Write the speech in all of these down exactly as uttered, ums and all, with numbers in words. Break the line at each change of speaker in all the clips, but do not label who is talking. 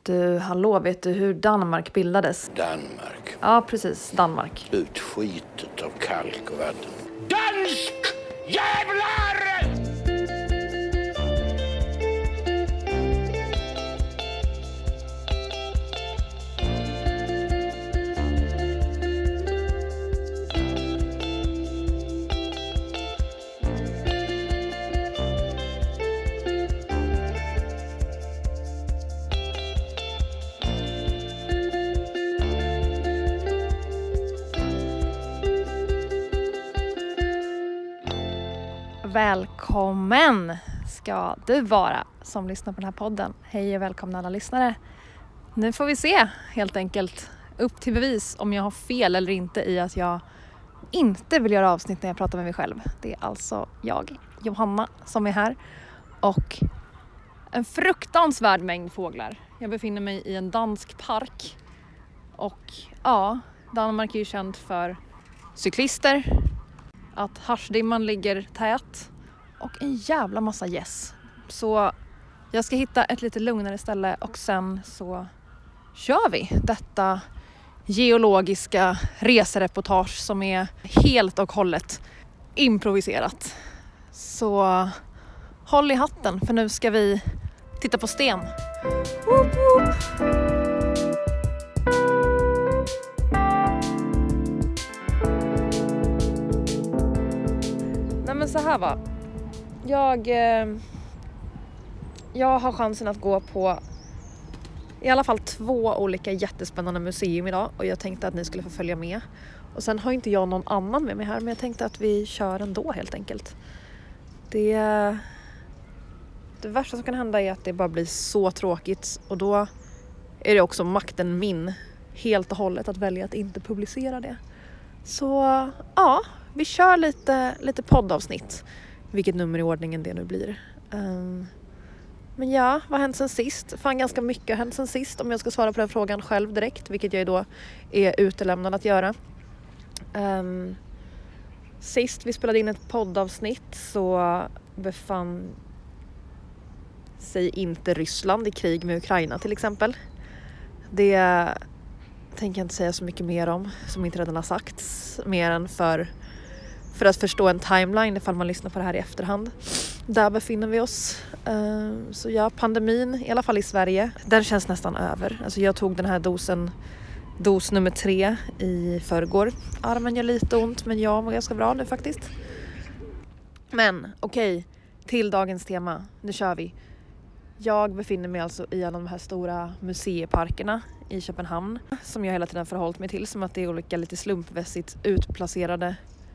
Du, hallå, vet du hur Danmark bildades?
Danmark.
Ja, precis, Danmark.
Utskitet av kalk och vatten. Dansk jävlar!
Välkommen ska du vara som lyssnar på den här podden. Hej och välkomna alla lyssnare. Nu får vi se helt enkelt upp till bevis om jag har fel eller inte i att jag inte vill göra avsnitt när jag pratar med mig själv. Det är alltså jag, Johanna, som är här. Och en fruktansvärd mängd fåglar. Jag befinner mig i en dansk park. Och ja, Danmark är ju känt för cyklister. Att haschdimman ligger tät. Och en jävla massa gäss. Så jag ska hitta ett lite lugnare ställe. Och sen så kör vi detta geologiska resereportage som är helt och hållet improviserat. Så håll i hatten, för nu ska vi titta på sten. Woop woop. Nej men så här va. Jag, eh, jag har chansen att gå på i alla fall två olika jättespännande museum idag. Och jag tänkte att ni skulle få följa med. Och sen har inte jag någon annan med mig här. Men jag tänkte att vi kör ändå helt enkelt. Det, det värsta som kan hända är att det bara blir så tråkigt. Och då är det också makten min helt och hållet att välja att inte publicera det. Så ja, vi kör lite, lite poddavsnitt. Vilket nummer i ordningen det nu blir. Um, men ja, vad har hänt sen sist? Fan, ganska mycket har hänt sen sist. Om jag ska svara på den frågan själv direkt. Vilket jag då är utelämnad att göra. Um, sist vi spelade in ett poddavsnitt så befann sig inte Ryssland i krig med Ukraina till exempel. Det tänker jag inte säga så mycket mer om. Som inte redan har sagts. Mer än för... För att förstå en timeline ifall man lyssnar på det här i efterhand. Där befinner vi oss. Så ja, pandemin, i alla fall i Sverige, den känns nästan över. Alltså jag tog den här dosen, dos nummer tre i förrgår. Armen gör lite ont, men jag mår ganska bra nu faktiskt. Men okej, okay, till dagens tema. Nu kör vi. Jag befinner mig alltså i en av de här stora museiparkerna i Köpenhamn. Som jag hela tiden förhållit mig till. Som att det är olika lite slumpmässigt utplacerade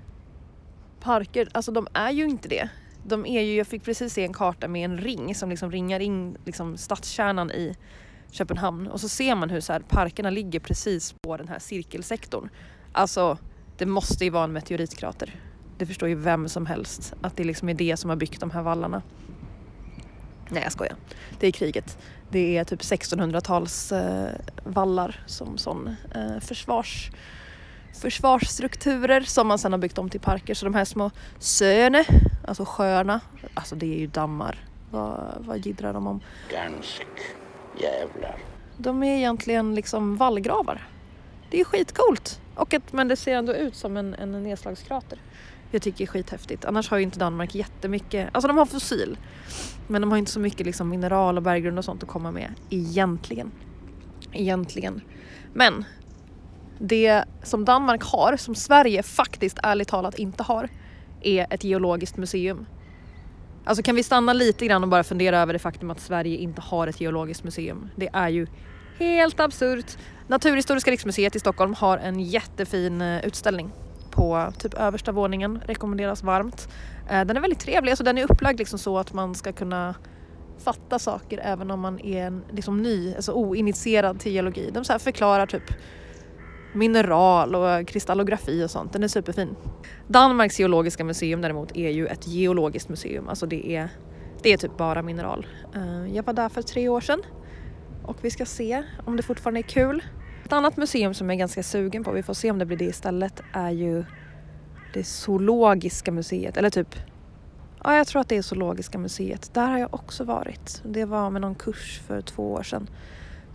parker. Alltså de är ju inte det. De är ju, jag fick precis se en karta med en ring som liksom ringar in liksom stadskärnan i Köpenhamn. Och så ser man hur så här parkerna ligger precis på den här cirkelsektorn. Alltså det måste ju vara en meteoritkrater. Det förstår ju vem som helst. Att det liksom är det som har byggt de här vallarna. Nej, jag skojar. Det är kriget. Det är typ sextonhundratals eh, vallar som sån eh, försvars... försvarsstrukturer som man sedan har byggt om till parker. Så de här små söne, alltså sjöarna, alltså det är ju dammar. Vad, vad giddrar de om?
Dansk jävlar.
De är egentligen liksom vallgravar. Det är skitcoolt. Och att, men det ser ändå ut som en, en nedslagskrater. Jag tycker det är skithäftigt. Annars har ju inte Danmark jättemycket, alltså de har fossil. Men de har inte så mycket liksom mineral och berggrund och sånt att komma med. Egentligen. Egentligen. Men det som Danmark har, som Sverige faktiskt ärligt talat inte har, är ett geologiskt museum. Alltså kan vi stanna lite grann och bara fundera över det faktum att Sverige inte har ett geologiskt museum. Det är ju helt absurt. Naturhistoriska riksmuseet i Stockholm har en jättefin utställning på typ översta våningen. Rekommenderas varmt. Den är väldigt trevlig. Alltså den är upplagd liksom så att man ska kunna fatta saker även om man är en liksom ny, alltså oinitierad till geologi. De så här förklarar typ mineral och kristallografi och sånt. Den är superfin. Danmarks geologiska museum däremot är ju ett geologiskt museum. Alltså det är, det är typ bara mineral. Jag var där för tre år sedan. Och vi ska se om det fortfarande är kul. Ett annat museum som jag är ganska sugen på, vi får se om det blir det istället, är ju det zoologiska museet. Eller typ, ja jag tror att det är zoologiska museet. Där har jag också varit. Det var med någon kurs för två år sedan.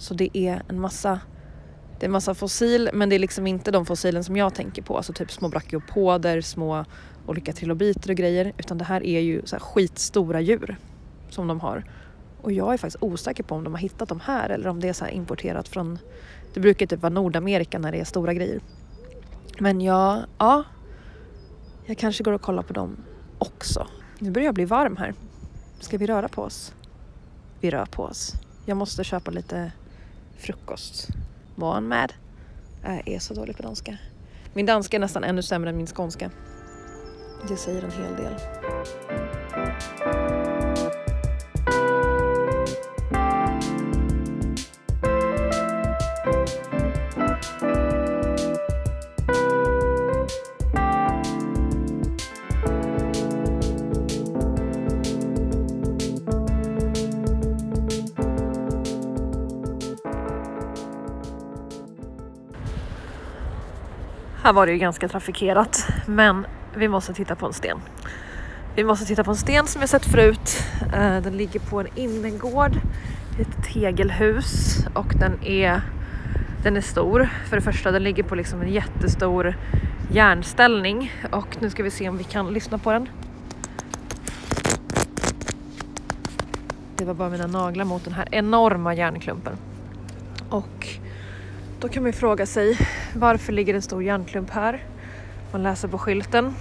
Så det är en massa det är en massa fossil, men det är liksom inte de fossilen som jag tänker på. Alltså typ små brachiopoder, små olika trilobiter och grejer. Utan det här är ju så här skitstora djur som de har. Och jag är faktiskt osäker på om de har hittat dem här eller om det är så här importerat från... Det brukar typ vara Nordamerika när det är stora grejer. Men jag, ja, jag kanske går och kollar på dem också. Nu börjar jag bli varm här. Ska vi röra på oss? Vi rör på oss. Jag måste köpa lite frukost. Var med? Jag är så dålig på danska. Min danska är nästan ännu sämre än min skånska. Det säger en hel del. Här var det ju ganska trafikerat, men vi måste titta på en sten. Vi måste titta på en sten som jag sett förut. Den ligger på en innergård, ett tegelhus, och den är, den är stor. För det första, den ligger på liksom en jättestor järnställning, och nu ska vi se om vi kan lyssna på den. Det var bara mina naglar mot den här enorma järnklumpen. Och då kan man ju fråga sig, varför ligger en stor järnklump här? Man läser på skylten.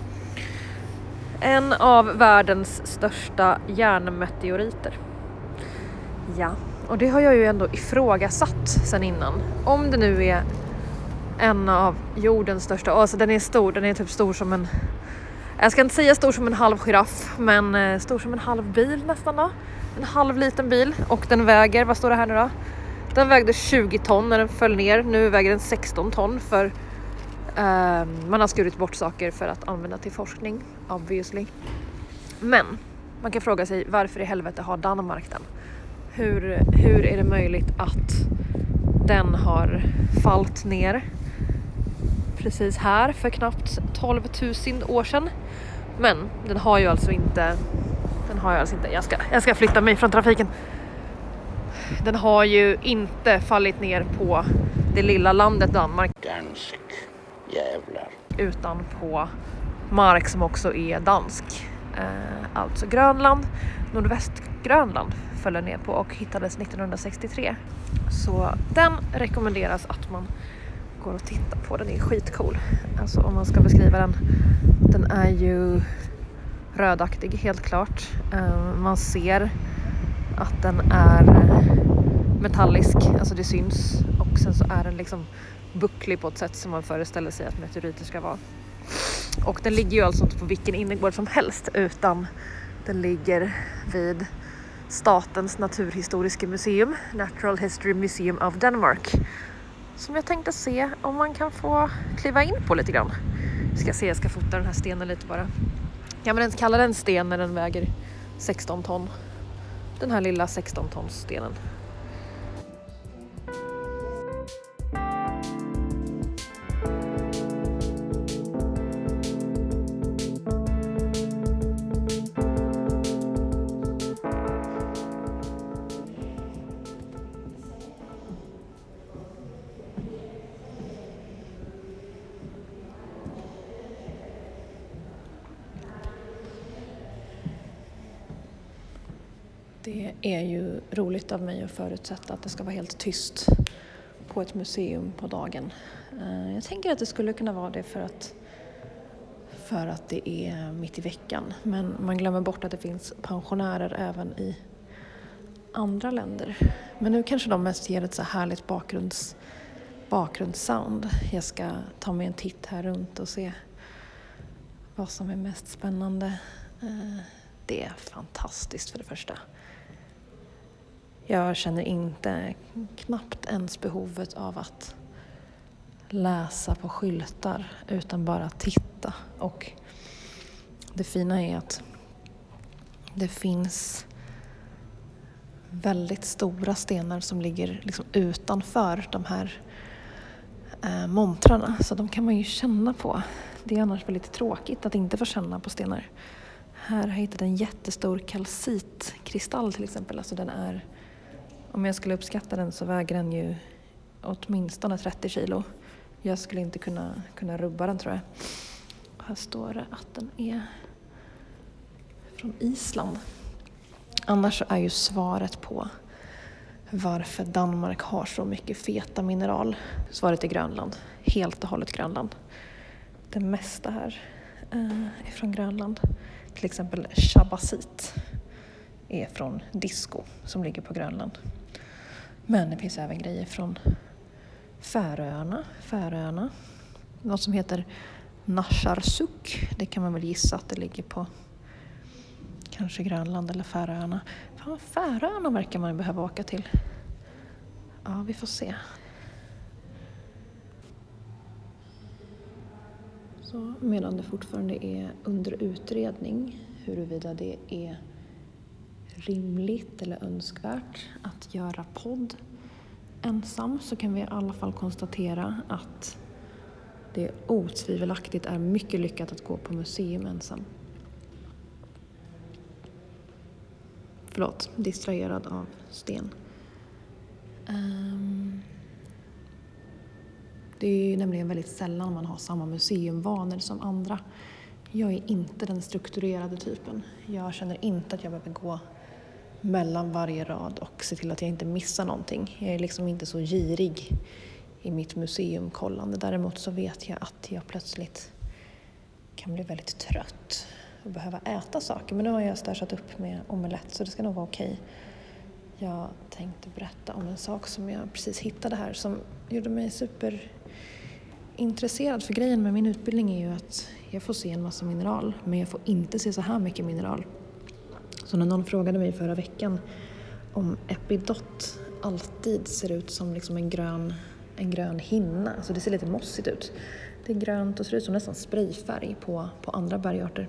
En av världens största järnmeteoriter. Ja, och det har jag ju ändå ifrågasatt sen innan. Om det nu är en av jordens största, alltså den är stor, den är typ stor som en, jag ska inte säga stor som en halv giraff, men stor som en halv bil nästan då. En halv liten bil, och den väger, vad står det här nu då? Den vägde tjugo ton när den föll ner. Nu väger den sexton ton för uh, man har skurit bort saker för att använda till forskning, obviously. Men man kan fråga sig, varför i helvete har Danmark den? Hur, hur är det möjligt att den har fallit ner precis här för knappt tolv tusen år sedan? Men den har ju alltså inte, den har ju alltså inte, jag ska, jag ska flytta mig från trafiken. Den har ju inte fallit ner på det lilla landet Danmark.
Dansk jävlar.
Utan på mark som också är dansk. Eh, alltså Grönland, nordvästgrönland föll den ner på och hittades nittonhundrasextiotre. Så den rekommenderas att man går och tittar på. Den är skitcool. Alltså om man ska beskriva den. Den är ju rödaktig helt klart. Eh, man ser att den är metallisk, alltså det syns, och sen så är den liksom bucklig på ett sätt som man föreställer sig att meteoriter ska vara. Och den ligger ju alltså inte på vilken innergård som helst, utan den ligger vid Statens naturhistoriska museum, Natural History Museum of Denmark, som jag tänkte se om man kan få kliva in på lite grann. Jag ska se, jag ska fota den här stenen lite bara. Kan man ens kalla den sten när den väger sexton ton? Den här lilla sexton tons stenen. Det är ju roligt av mig att förutsätta att det ska vara helt tyst på ett museum på dagen. Jag tänker att det skulle kunna vara det för att, för att det är mitt i veckan. Men man glömmer bort att det finns pensionärer även i andra länder. Men nu kanske de mest ger ett så härligt bakgrunds, bakgrundssound. Jag ska ta mig en titt här runt och se vad som är mest spännande. Det är fantastiskt för det första. Jag känner inte knappt ens behovet av att läsa på skyltar utan bara titta. Och det fina är att det finns väldigt stora stenar som ligger liksom utanför de här eh, montrarna. Så de kan man ju känna på. Det är annars väldigt tråkigt att inte få känna på stenar. Här har jag hittat en jättestor kalcitkristall till exempel. Alltså den är Om jag skulle uppskatta den så väger den ju åtminstone trettio kilo. Jag skulle inte kunna, kunna rubba den tror jag. Och här står det att den är från Island. Annars så är ju svaret på varför Danmark har så mycket feta mineral. Svaret är Grönland. Helt och hållet Grönland. Det mesta här är från Grönland. Till exempel Chabasit är från Disco som ligger på Grönland. Men det finns även grejer från Färöarna. Färöarna. Något som heter Narsarsuaq. Det kan man väl gissa att det ligger på kanske Grönland eller Färöarna. Fan, Färöarna verkar man behöva åka till. Ja, vi får se. Så medan det fortfarande är under utredning huruvida det är rimligt eller önskvärt att göra podd ensam, så kan vi i alla fall konstatera att det otvivelaktigt är mycket lyckat att gå på museum ensam. Förlåt, distraherad av sten. Um, det är ju nämligen väldigt sällan man har samma museumvanor som andra. Jag är inte den strukturerade typen. Jag känner inte att jag behöver gå mellan varje rad och se till att jag inte missar någonting. Jag är liksom inte så girig i mitt museumkollande. Däremot så vet jag att jag plötsligt kan bli väldigt trött och behöva äta saker. Men nu har jag stashat upp med omelett så det ska nog vara okej. Jag tänkte berätta om en sak som jag precis hittade här som gjorde mig superintresserad. För grejen med min utbildning är ju att jag får se en massa mineral, men jag får inte se så här mycket mineral. Så när någon frågade mig förra veckan om epidot alltid ser ut som liksom en grön, en grön hinna. Alltså det ser lite mossigt ut. Det är grönt och ser ut som nästan sprayfärg på, på andra bergarter.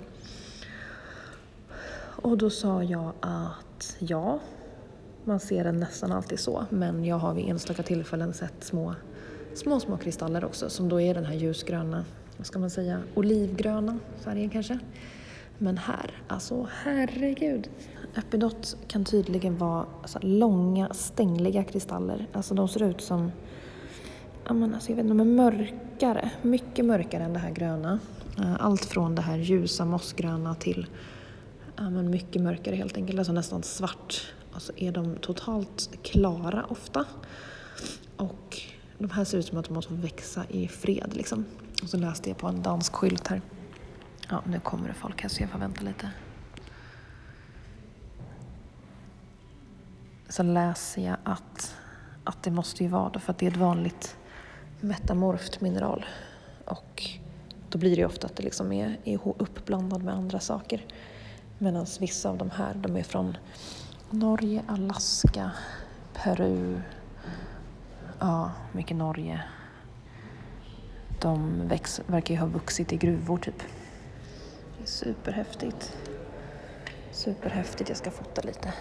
Och då sa jag att ja, man ser den nästan alltid så. Men jag har vid enstaka tillfällen sett små, små, små kristaller också. Som då är den här ljusgröna, vad ska man säga, olivgröna färgen kanske. Men här, alltså herregud. Epidot kan tydligen vara alltså, långa, stängliga kristaller. Alltså de ser ut som, ja men alltså jag vet inte, de är mörkare. Mycket mörkare än det här gröna. Allt från det här ljusa mossgröna till ja, men mycket mörkare helt enkelt. Alltså nästan svart. Alltså är de totalt klara ofta. Och de här ser ut som att de måste växa i fred liksom. Och så läste jag på en dansk skylt här. Ja, nu kommer det folk här så jag får vänta lite. Så läser jag att, att det måste ju vara då, för att det är ett vanligt metamorft mineral. Och då blir det ju ofta att det liksom är, är uppblandad med andra saker. Medan vissa av de här, de är från Norge, Alaska, Peru. Ja, mycket Norge. De väx, verkar ju ha vuxit i gruvor typ. Det är superhäftigt. Superhäftigt, jag ska fota lite.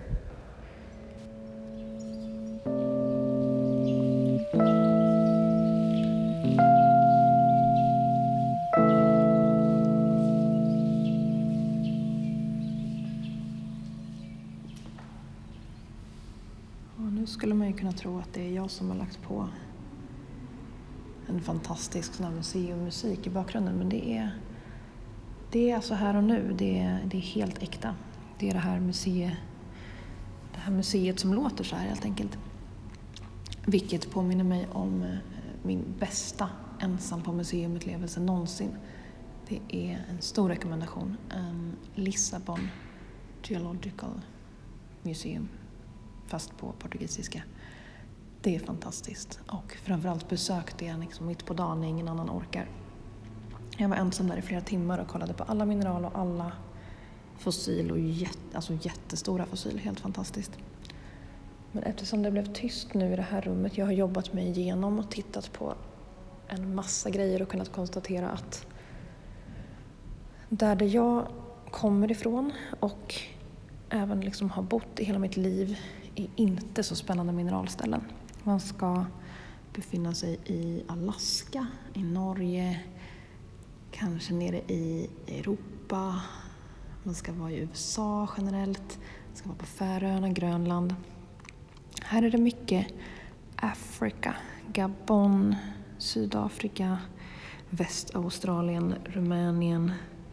Och nu skulle man ju kunna tro att det är jag som har lagt på en fantastisk sån här museummusik i bakgrunden, men det är det är alltså här och nu, det är, det är helt äkta. Det är det här museet, det här museet som låter så här helt enkelt. Vilket påminner mig om min bästa ensam på museumupplevelse någonsin. Det är en stor rekommendation. Um, Lissabon Geological Museum, fast på portugisiska. Det är fantastiskt. Och framförallt besökte jag liksom mitt på dagen när ingen annan orkar. Jag var ensam där i flera timmar och kollade på alla mineral och alla fossil och jätte, alltså jättestora fossil. Helt fantastiskt. Men eftersom det blev tyst nu i det här rummet, jag har jobbat mig igenom och tittat på en massa grejer och kunnat konstatera att där det jag kommer ifrån och även liksom har bott i hela mitt liv är inte så spännande mineralställen. Man ska befinna sig i Alaska, i Norge, kanske nere i Europa. Man ska vara i U S A generellt. Man ska vara på Färöarna, Grönland. Här är det mycket Afrika, Gabon, Sydafrika, Västaustralien, Rumänien,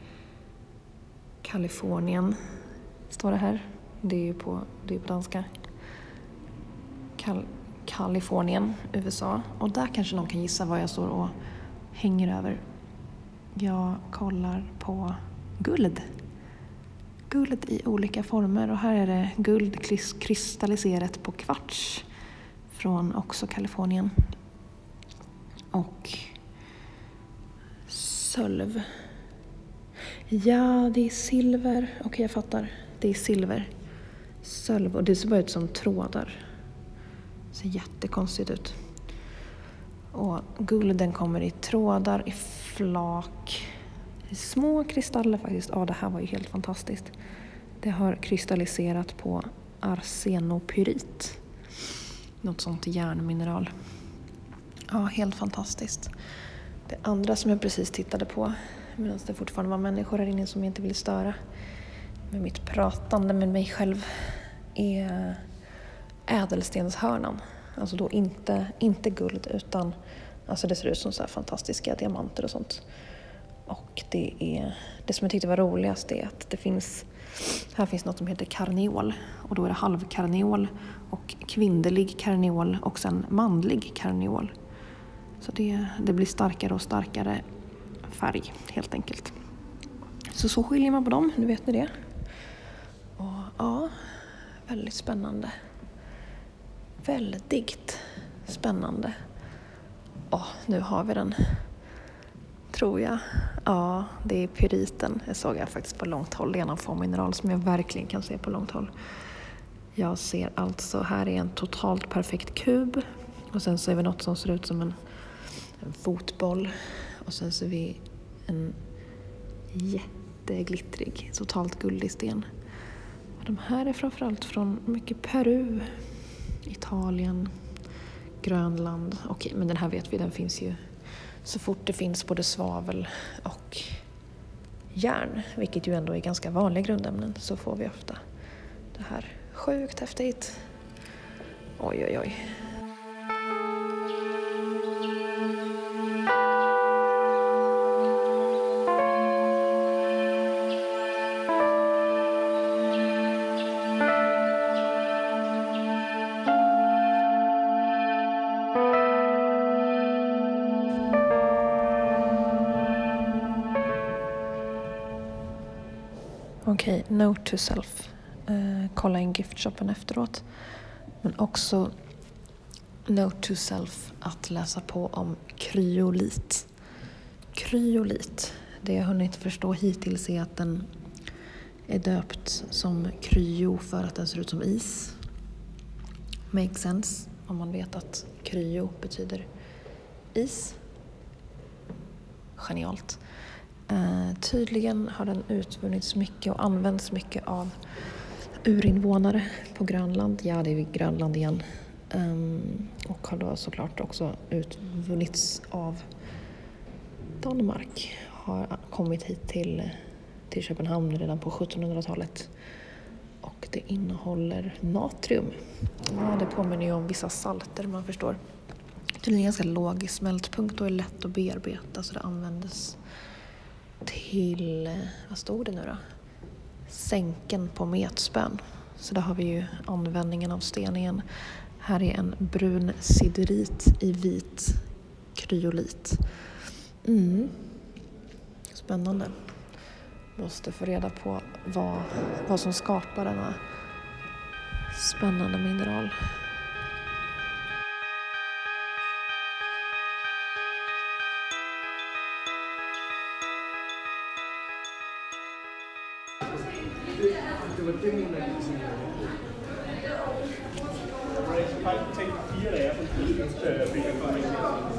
Kalifornien står det här. Det är ju på, det är på danska. Kal- Kalifornien, U S A. Och där kanske någon kan gissa vad jag står och hänger över. Jag kollar på guld. Guld i olika former. Och här är det guld kristalliserat på kvarts. Från också Kalifornien. Och sölv. Ja, det är silver. Okej, okay, jag fattar. Det är silver. Sölv. Och det ser bara ut som trådar. Det ser jättekonstigt ut. Och gulden kommer i trådar, i flak. I små kristaller faktiskt. Ja, det här var ju helt fantastiskt. Det har kristalliserat på arsenopyrit. Något sånt järnmineral. Ja, helt fantastiskt. Det andra som jag precis tittade på, medan det fortfarande var människor här inne som jag inte ville störa med mitt pratande med mig själv, är ädelstenshörnan. Alltså då inte, inte guld, utan alltså det ser ut som så här fantastiska diamanter och sånt. Och det är det som jag tyckte var roligast är att det finns, här finns något som heter karneol. Och då är det halvkarneol och kvinnlig karneol och sen manlig karneol. Så det, det blir starkare och starkare färg helt enkelt. Så så skiljer man på dem, nu vet ni det. Och ja, väldigt spännande. Väldigt spännande. Åh, nu har vi den. Tror jag. Ja, det är pyriten. Det såg jag faktiskt på långt håll. Det är en form av mineral som jag verkligen kan se på långt håll. Jag ser alltså, här är en totalt perfekt kub. Och sen ser vi något som ser ut som en, en fotboll. Och sen ser vi en jätteglittrig, totalt guldig sten. Och de här är framförallt från mycket Peru, Italien, Grönland. Okej, men den här vet vi, den finns ju så fort det finns både svavel och järn, vilket ju ändå är ganska vanliga grundämnen, så får vi ofta det här. Sjukt häftigt. Oj, oj, oj. Okej, okay, note to self. Uh, kolla in giftshoppen efteråt. Men också note to self att läsa på om kryolit. Kryolit, det jag hunnit förstå hittills är att den är döpt som kryo för att den ser ut som is. Makes sense om man vet att kryo betyder is. Genialt. Uh, tydligen har den utvunnits mycket och används mycket av urinvånare på Grönland. Ja, det är Grönland igen. Um, och har då såklart också utvunnits av Danmark. Har kommit hit till, till Köpenhamn redan på sjuttonhundratalet. Och det innehåller natrium. Ja, det påminner ju om vissa salter, man förstår. Det är en ganska låg smältpunkt och är lätt att bearbeta, så det användes till, vad stod det nu då? Sänken på metspön. Så där har vi ju användningen av sten igen. Här är en brun siderit i vit kryolit. Mm. Spännande. Måste få reda på vad, vad som skapar denna spännande mineral.
Det var det, hun er sige. Jeg skal faktisk tænke fire dage, som du synes, at vi kan komme ind.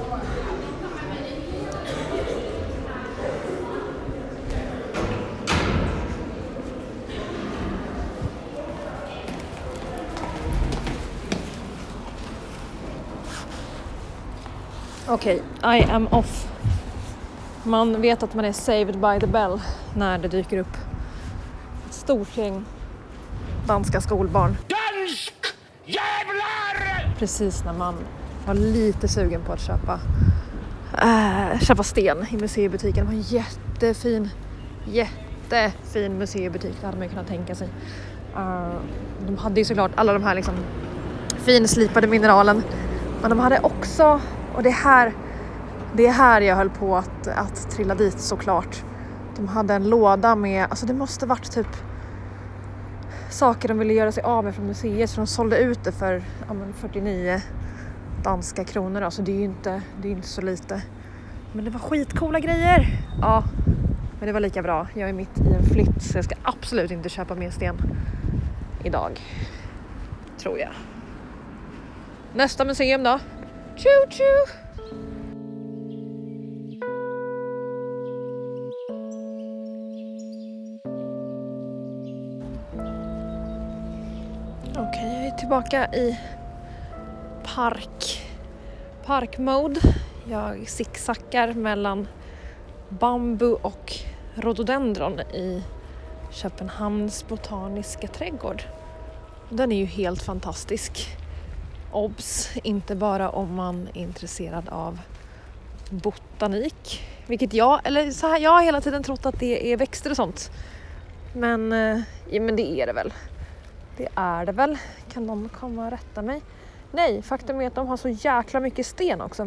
Okej, okay, I am off. Man vet att man är saved by the bell när det dyker upp ett stort gäng danska skolbarn.
Dansk jävlar!
precis när man var lite sugen på att köpa äh, köpa sten i museibutiken. Det var en jättefin, jättefin museibutik, det hade man ju kunnat tänka sig. Uh, de hade ju såklart alla de här liksom finslipade mineralen, men de hade också, och det här det är här jag höll på att, att trilla dit såklart. De hade en låda med, alltså det måste varit typ saker de ville göra sig av med från museet, så de sålde ut det för ja, men fyrtionio danska kronor då, så det är ju inte, det är inte så lite. Men det var skitcoola grejer. Ja, men det var lika bra. Jag är mitt i en flytt, så jag ska absolut inte köpa mer sten idag, tror jag. Nästa museum då. Tju tju! Okej, jag är tillbaka i park. Parkmode. Jag zigzaggar mellan bambu och rhododendron i Köpenhamns botaniska trädgård. Den är ju helt fantastisk. Obs, inte bara om man är intresserad av botanik, vilket jag, eller så här, jag har hela tiden trott att det är växter och sånt. Men, ja, men det är det väl. Det är det väl. Kan någon komma och rätta mig? Nej, faktum är att de har så jäkla mycket sten också.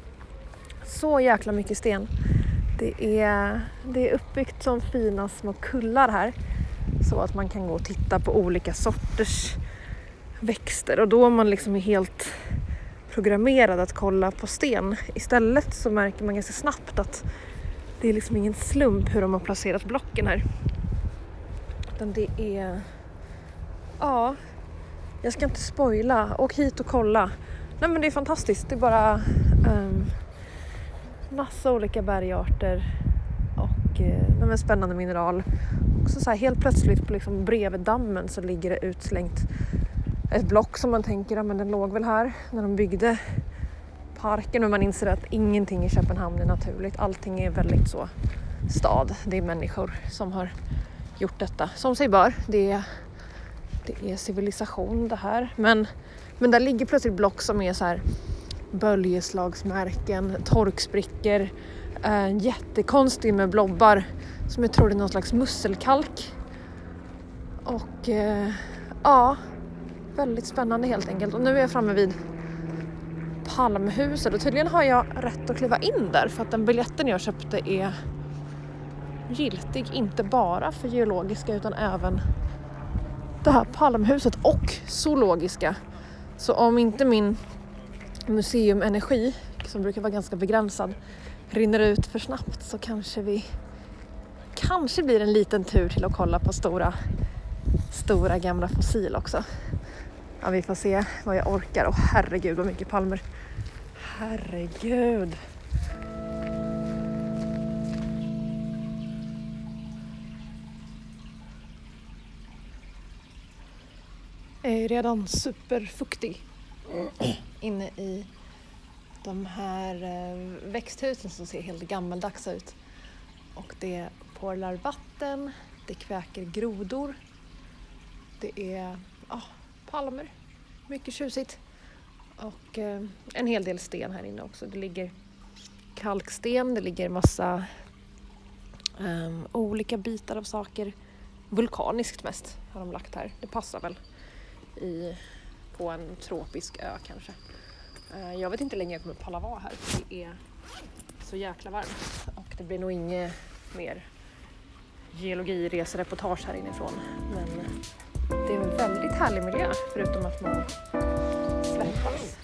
Så jäkla mycket sten. Det är, det är uppbyggt som fina små kullar här. Så att man kan gå och titta på olika sorters växter. Och då är man liksom helt programmerad att kolla på sten. Istället så märker man ganska snabbt att det är liksom ingen slump hur de har placerat blocken här. Utan det är... Ja, jag ska inte spoila. Åk hit och kolla. Nej, men det är fantastiskt. Det är bara um, massa olika bergarter och uh, en spännande mineral. Också så här, helt plötsligt på liksom bredvid dammen så ligger det utslängt ett block som man tänker, ja, men den låg väl här när de byggde parken, och man inser att ingenting i Köpenhamn är naturligt. Allting är väldigt så stad. Det är människor som har gjort detta. Som sig bör. Det är, det är civilisation det här. Men, men där ligger plötsligt block som är så här böljeslagsmärken, torksprickor, äh, jättekonstig med blobbar som jag tror det är någon slags musselkalk. Och äh, ja, väldigt spännande helt enkelt. Och nu är jag framme vid Palmhuset och tydligen har jag rätt att kliva in där för att den biljetten jag köpte är giltig inte bara för geologiska utan även det här Palmhuset och zoologiska. Så om inte min museumenergi, som brukar vara ganska begränsad, rinner ut för snabbt så kanske vi kanske blir en liten tur till att kolla på stora stora gamla fossil också. Ja, vi får se vad jag orkar. Och herregud vad mycket palmer. Herregud. Jag är redan superfuktig inne i de här växthusen som ser helt gammaldags ut. Och det porlar vatten, det kväker grodor. Det är oh, palmer, mycket tjusigt. Och eh, en hel del sten här inne också. Det ligger kalksten, det ligger massa eh, olika bitar av saker. Vulkaniskt mest har de lagt här. Det passar väl i, på en tropisk ö kanske. Eh, jag vet inte hur länge jag kommer palla vara här. Det är så jäkla varmt. Och det blir nog inget mer geologiresereportage här inifrån. Men det är en väldigt härlig miljö förutom att man släppas.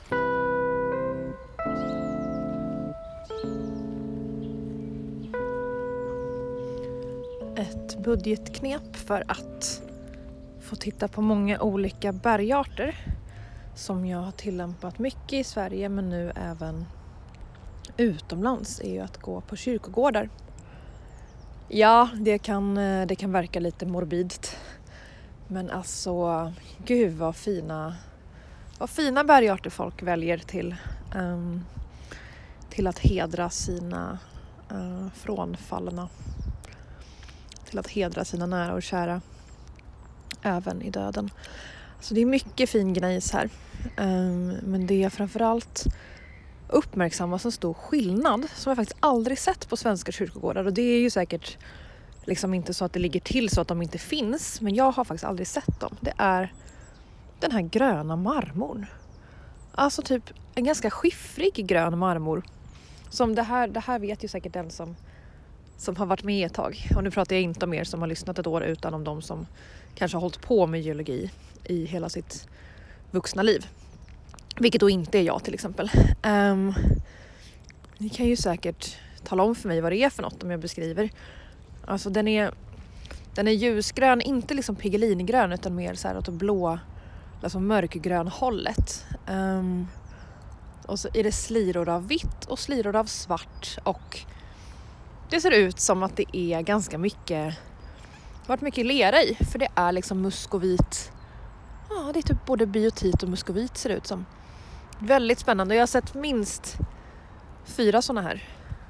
Ett budgetknep för att få titta på många olika bergarter som jag har tillämpat mycket i Sverige men nu även utomlands är ju att gå på kyrkogårdar. Ja, det kan, det kan verka lite morbidt. Men alltså, gud vad fina, vad fina bergarter folk väljer till, um, till att hedra sina uh, frånfallna. Till att hedra sina nära och kära även i döden. Så det är mycket fin gnejs här. Um, men det är framförallt uppmärksamma så stor skillnad som jag faktiskt aldrig sett på svenska kyrkogårdar. Och det är ju säkert liksom inte så att det ligger till så att de inte finns. Men jag har faktiskt aldrig sett dem. Det är den här gröna marmorn. Alltså typ en ganska skiffrig grön marmor. Som det här, det här vet ju säkert den som, som har varit med ett tag. Och nu pratar jag inte om er som har lyssnat ett år utan om de som kanske har hållit på med geologi i hela sitt vuxna liv. Vilket då inte är jag till exempel. Um, ni kan ju säkert tala om för mig vad det är för något om jag beskriver. Alltså den är, den är ljusgrön, inte liksom pigelingrön utan mer så här åt blå, alltså mörkgrön hållet. Um, och så är det sliror av vitt och sliror av svart och det ser ut som att det är ganska mycket, varit mycket lera i för det är liksom muskovit. Ja, det är typ både biotit och muskovit ser det ut som. Väldigt spännande. Jag har sett minst fyra såna här.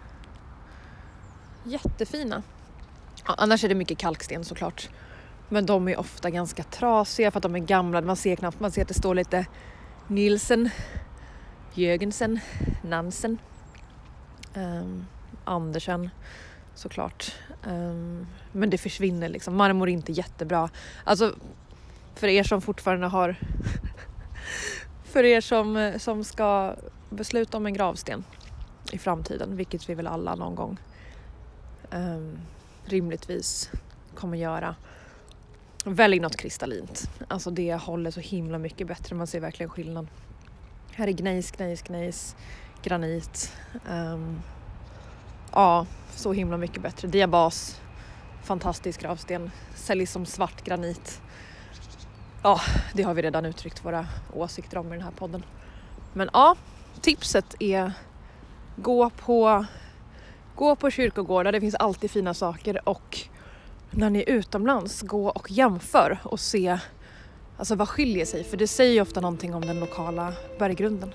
Jättefina. Ja, annars är det mycket kalksten såklart. Men de är ofta ganska trasiga för att de är gamla. Man ser knappt, man ser att det står lite Nielsen, Jörgensen, Nansen, um, Andersen såklart. Um, men det försvinner liksom. Marmor är inte jättebra. Alltså för er som fortfarande har för er som, som ska besluta om en gravsten i framtiden, vilket vi väl alla någon gång um, rimligtvis kommer göra. Välj något kristallint. Alltså det håller så himla mycket bättre. Man ser verkligen skillnad. Här är gnejs, gnejs, gnejs. Granit. Um, ja, så himla mycket bättre. Diabas. Fantastisk gravsten. Säljs som svart granit. Ja, det har vi redan uttryckt våra åsikter om i den här podden. Men ja, tipset är gå på, gå på kyrkogårdar. Det finns alltid fina saker och när ni är utomlands, gå och jämför och se alltså vad skiljer sig. För det säger ju ofta någonting om den lokala berggrunden.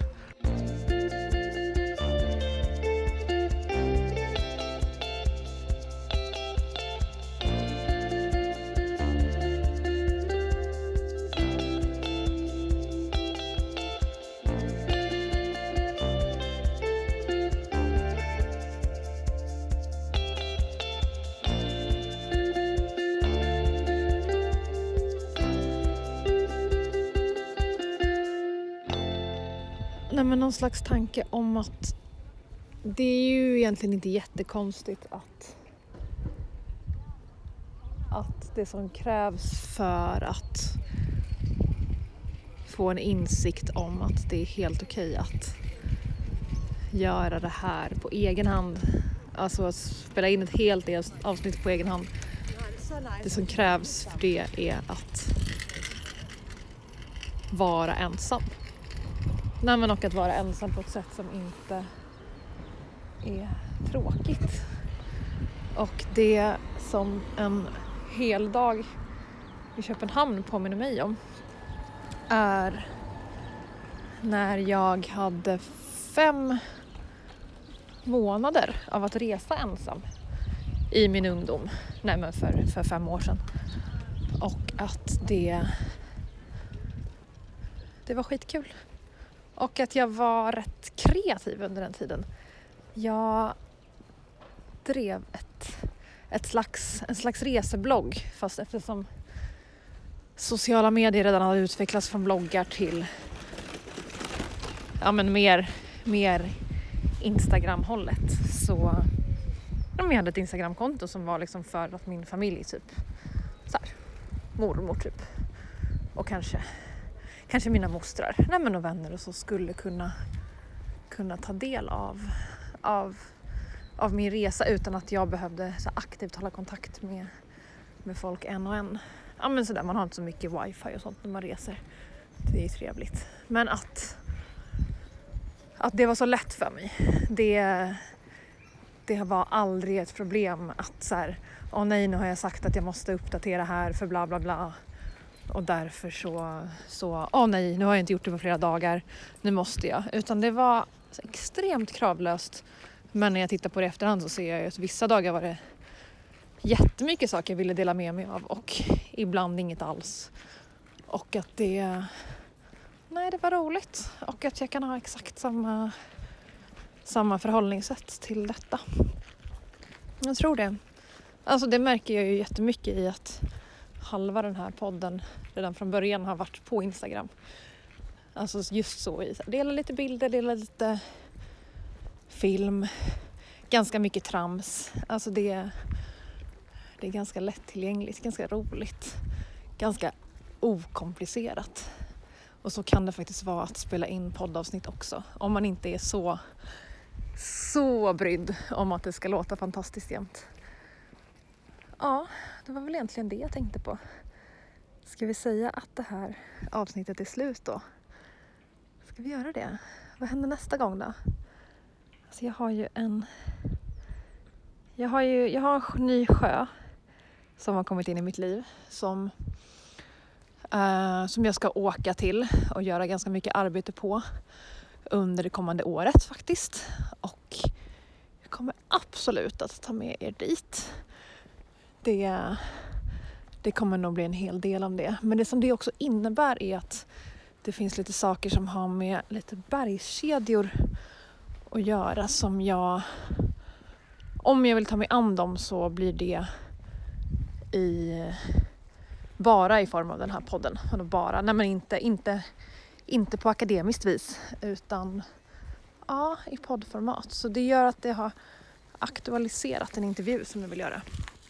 Nej, men någon slags tanke om att det är ju egentligen inte jättekonstigt att att det som krävs för att få en insikt om att det är helt okej att göra det här på egen hand, alltså att spela in ett helt avsnitt på egen hand. Det som krävs för det är att vara ensam. Nej, men och att vara ensam på ett sätt som inte är tråkigt. Och det som en hel dag i Köpenhamn påminner mig om är när jag hade fem månader av att resa ensam i min ungdom. Nej, men för, för fem år sedan. Och att det det var skitkul. Och att jag var rätt kreativ under den tiden. Jag drev ett, ett slags, en slags reseblogg. Fast eftersom sociala medier redan hade utvecklats från bloggar till ja, men mer, mer Instagram-hållet. Så jag hade ett Instagram-konto som var liksom för att min familj typ så här, mormor typ. Och kanske Kanske mina mostrar, nej men och vänner och så skulle kunna, kunna ta del av, av, av min resa utan att jag behövde så aktivt hålla kontakt med, med folk en och en. Ja men sådär, man har inte så mycket wifi och sånt när man reser. Det är trevligt. Men att, att det var så lätt för mig. Det, det var aldrig ett problem att så här, åh nej nu har jag sagt att jag måste uppdatera här för bla bla bla. Och därför så, så, åh nej, nu har jag inte gjort det på flera dagar. Nu måste jag. Utan det var extremt kravlöst. Men när jag tittar på det efterhand så ser jag att vissa dagar var det jättemycket saker jag ville dela med mig av. Och ibland inget alls. Och att det... Nej, det var roligt. Och att jag kan ha exakt samma, samma förhållningssätt till detta. Jag tror det. Alltså det märker jag ju jättemycket i att halva den här podden redan från början har varit på Instagram. Alltså just så. I, dela lite bilder, dela lite film. Ganska mycket trams. Alltså det, det är ganska lättillgängligt, ganska roligt. Ganska okomplicerat. Och så kan det faktiskt vara att spela in poddavsnitt också. Om man inte är så, så brydd om att det ska låta fantastiskt jämt. Ja, det var väl egentligen det jag tänkte på. Ska vi säga att det här avsnittet är slut då? Ska vi göra det? Vad händer nästa gång då? Alltså jag har ju en... Jag har ju jag har en ny sjö som har kommit in i mitt liv. Som, uh, som jag ska åka till och göra ganska mycket arbete på under det kommande året faktiskt. Och jag kommer absolut att ta med er dit. Det, det kommer nog bli en hel del om det. Men det som det också innebär är att det finns lite saker som har med lite bergskedjor att göra som jag... Om jag vill ta mig an dem så blir det i, bara i form av den här podden. Och bara, nej men inte, inte, inte på akademiskt vis utan ja, i poddformat. Så det gör att det har aktualiserat en intervju som jag vill göra.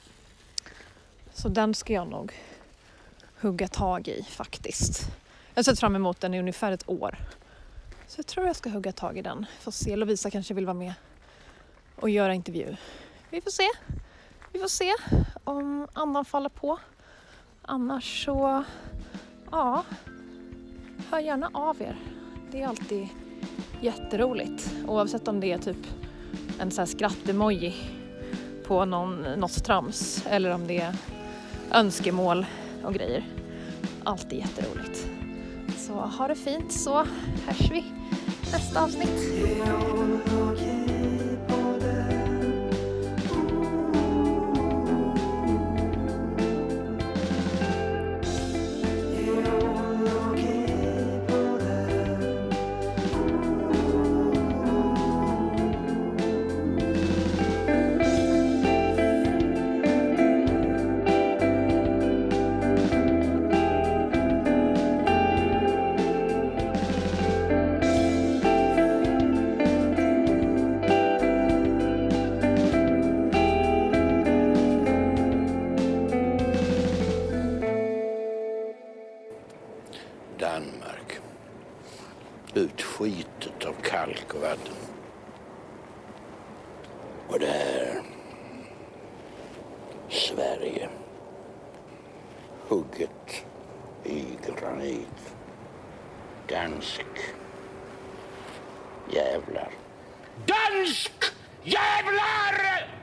Så den ska jag nog hugga tag i faktiskt. Jag har sett fram emot den i ungefär ett år. Så jag tror jag ska hugga tag i den. Får se, Lovisa kanske vill vara med och göra intervju. Vi får se. Vi får se om andan faller på. Annars så, ja, hör gärna av er. Det är alltid jätteroligt. Oavsett om det är typ en sån här skratt-emoji på någon, något trams. Eller om det är önskemål och grejer. Alltid jätteroligt. Så ha det fint, så hörs vi nästa avsnitt.
Danmark. Utskitet av kalk och vatten. Och det här Sverige. Hugget i granit. Dansk jävlar. Dansk jävlar!